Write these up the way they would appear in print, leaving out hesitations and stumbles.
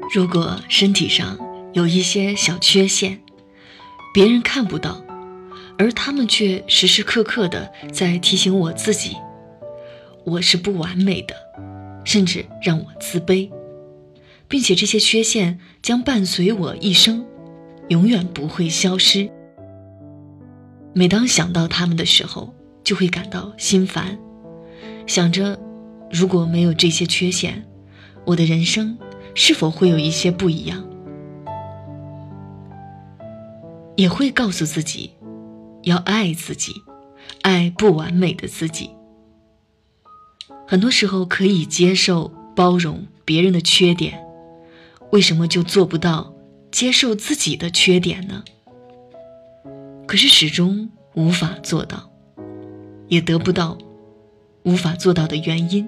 如果身体上有一些小缺陷，别人看不到，而他们却时时刻刻地在提醒我自己，我是不完美的，甚至让我自卑，并且这些缺陷将伴随我一生，永远不会消失。每当想到他们的时候，就会感到心烦，想着如果没有这些缺陷，我的人生是否会有一些不一样？也会告诉自己，要爱自己，爱不完美的自己。很多时候可以接受、包容别人的缺点，为什么就做不到接受自己的缺点呢？可是始终无法做到，也得不到无法做到的原因。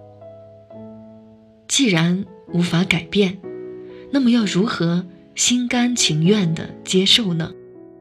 既然无法改变，那么要如何心甘情愿地接受呢？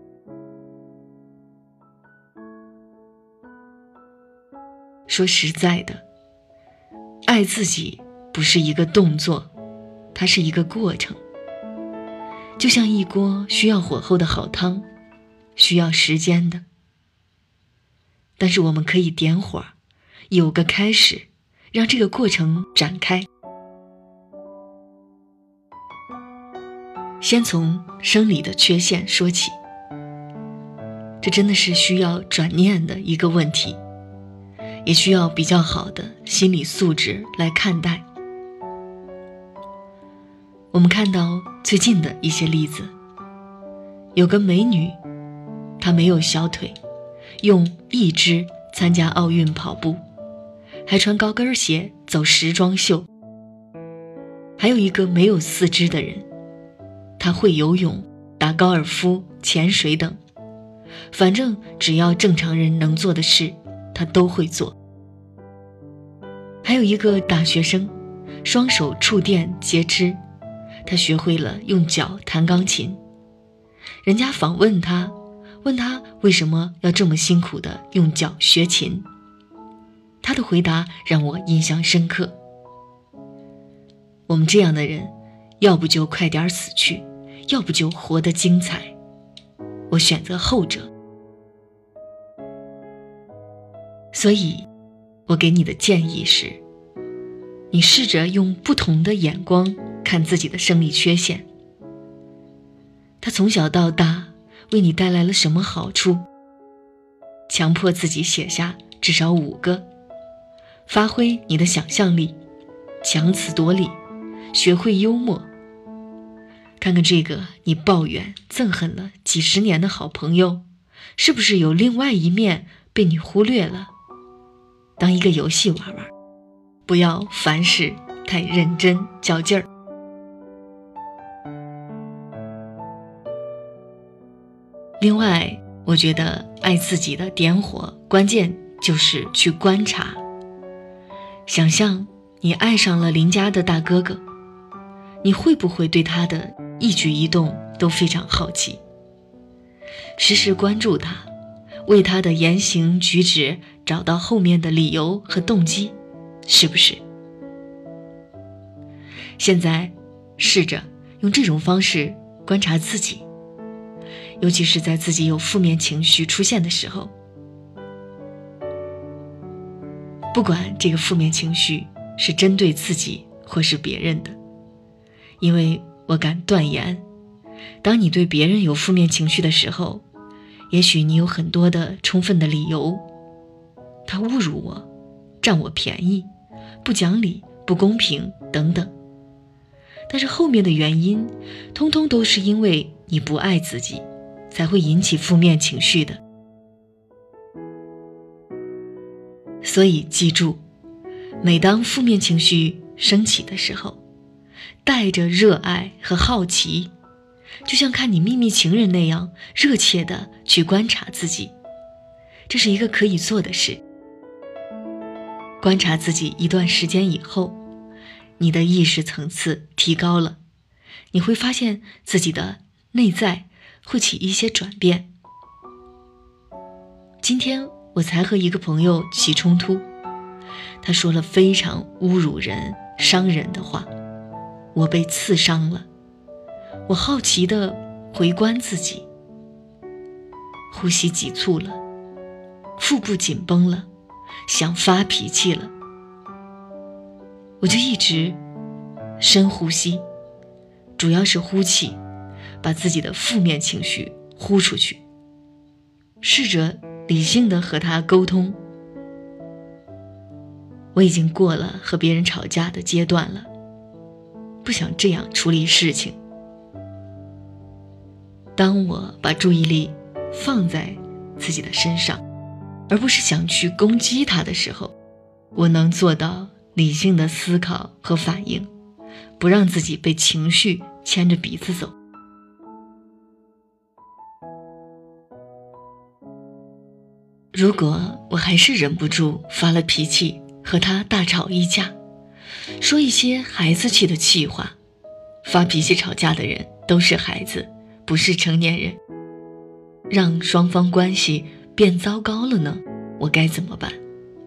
说实在的，爱自己不是一个动作，它是一个过程。就像一锅需要火候的好汤，需要时间的。但是我们可以点火，有个开始，让这个过程展开。先从生理的缺陷说起，这真的是需要转念的一个问题，也需要比较好的心理素质来看待。我们看到最近的一些例子，有个美女，她没有小腿，用一只参加奥运跑步，还穿高跟鞋走时装秀。还有一个没有四肢的人，他会游泳、打高尔夫、潜水等，反正只要正常人能做的事，他都会做。还有一个大学生，双手触电截肢，他学会了用脚弹钢琴。人家访问他，问他为什么要这么辛苦地用脚学琴，他的回答让我印象深刻。我们这样的人，要不就快点死去，要不就活得精彩。我选择后者。所以我给你的建议是，你试着用不同的眼光看自己的生理缺陷。它从小到大为你带来了什么好处？强迫自己写下至少5个，发挥你的想象力，强词夺理，学会幽默。看看这个你抱怨憎恨了几十年的好朋友，是不是有另外一面被你忽略了？当一个游戏玩玩，不要凡事太认真较劲儿。另外，我觉得爱自己的点火关键就是去观察。想象你爱上了邻家的大哥哥，你会不会对他的一举一动都非常好奇？时时关注他，为他的言行举止找到后面的理由和动机，是不是？现在试着用这种方式观察自己，尤其是在自己有负面情绪出现的时候，不管这个负面情绪是针对自己或是别人的，因为我敢断言，当你对别人有负面情绪的时候，也许你有很多的充分的理由，他侮辱我，占我便宜，不讲理，不公平等等。但是后面的原因，通通都是因为你不爱自己，才会引起负面情绪的。所以记住，每当负面情绪升起的时候，带着热爱和好奇，就像看你秘密情人那样热切地去观察自己，这是一个可以做的事。观察自己一段时间以后，你的意识层次提高了，你会发现自己的内在会起一些转变。今天我才和一个朋友起冲突，他说了非常侮辱人、伤人的话， 我被刺伤了，我好奇地回观自己，呼吸急促了，腹部紧绷了，想发脾气了。我就一直深呼吸，主要是呼气，把自己的负面情绪呼出去，试着理性地和他沟通。我已经过了和别人吵架的阶段了，不想这样处理事情。当我把注意力放在自己的身上，而不是想去攻击他的时候，我能做到理性的思考和反应，不让自己被情绪牵着鼻子走。如果我还是忍不住发了脾气，和他大吵一架，说一些孩子气的气话，发脾气吵架的人都是孩子，不是成年人，让双方关系变糟糕了呢，我该怎么办？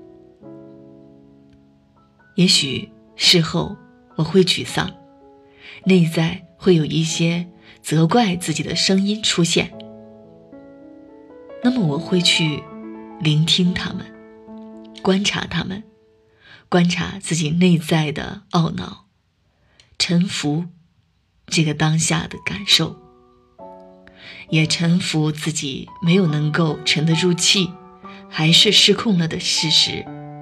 也许事后我会沮丧，内在会有一些责怪自己的声音出现，那么我会去聆听他们，观察他们，观察自己内在的懊恼，臣服这个当下的感受，也臣服自己没有能够沉得住气，还是失控了的事实。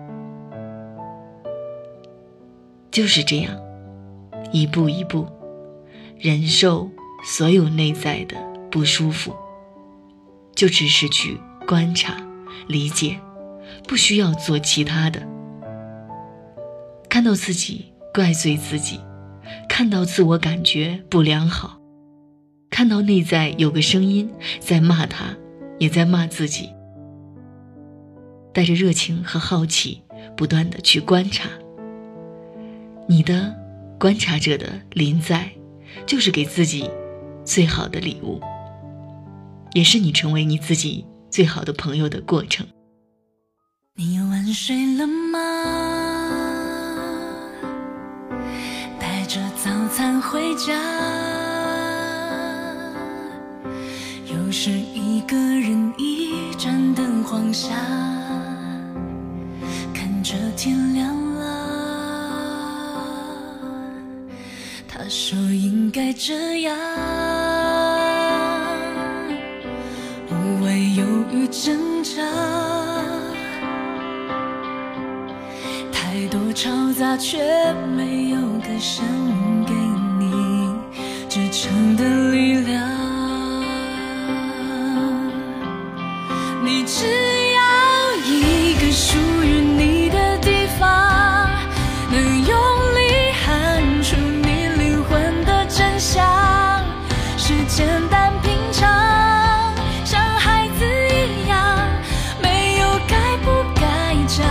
就是这样，一步一步忍受所有内在的不舒服，就只是去观察理解，不需要做其他的。看到自己怪罪自己，看到自我感觉不良好，看到内在有个声音在骂他，也在骂自己，带着热情和好奇，不断地去观察。你的观察者的临在，就是给自己最好的礼物，也是你成为你自己最好的朋友的过程。 你晚睡了吗？带着早餐回家，又是一个人一盏灯晃下，看着天亮了。他说应该这样，无谓犹豫挣扎，太多嘈杂却没有个声音给你支撑的力量。你只要一个属于你的地方，能用力喊出你灵魂的真相，是简单平常，像孩子一样，没有该不该讲。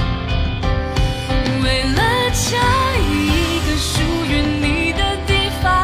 为了家一个属于你的地方，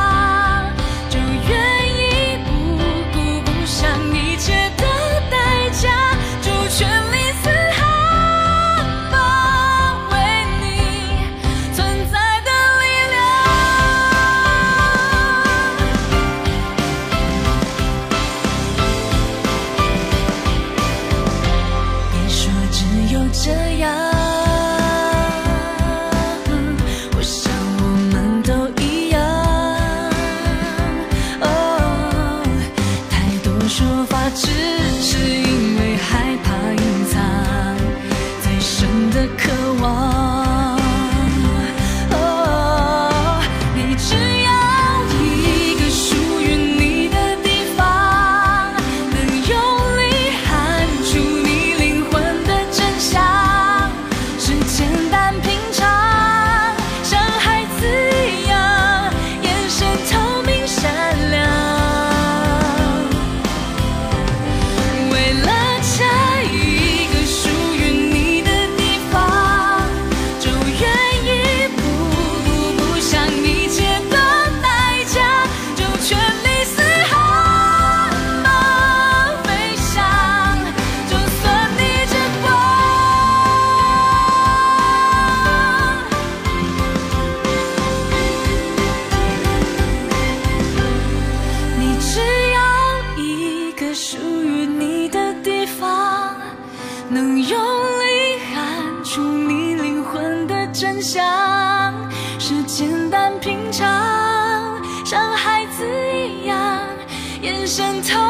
简单平常，像孩子一样，眼神透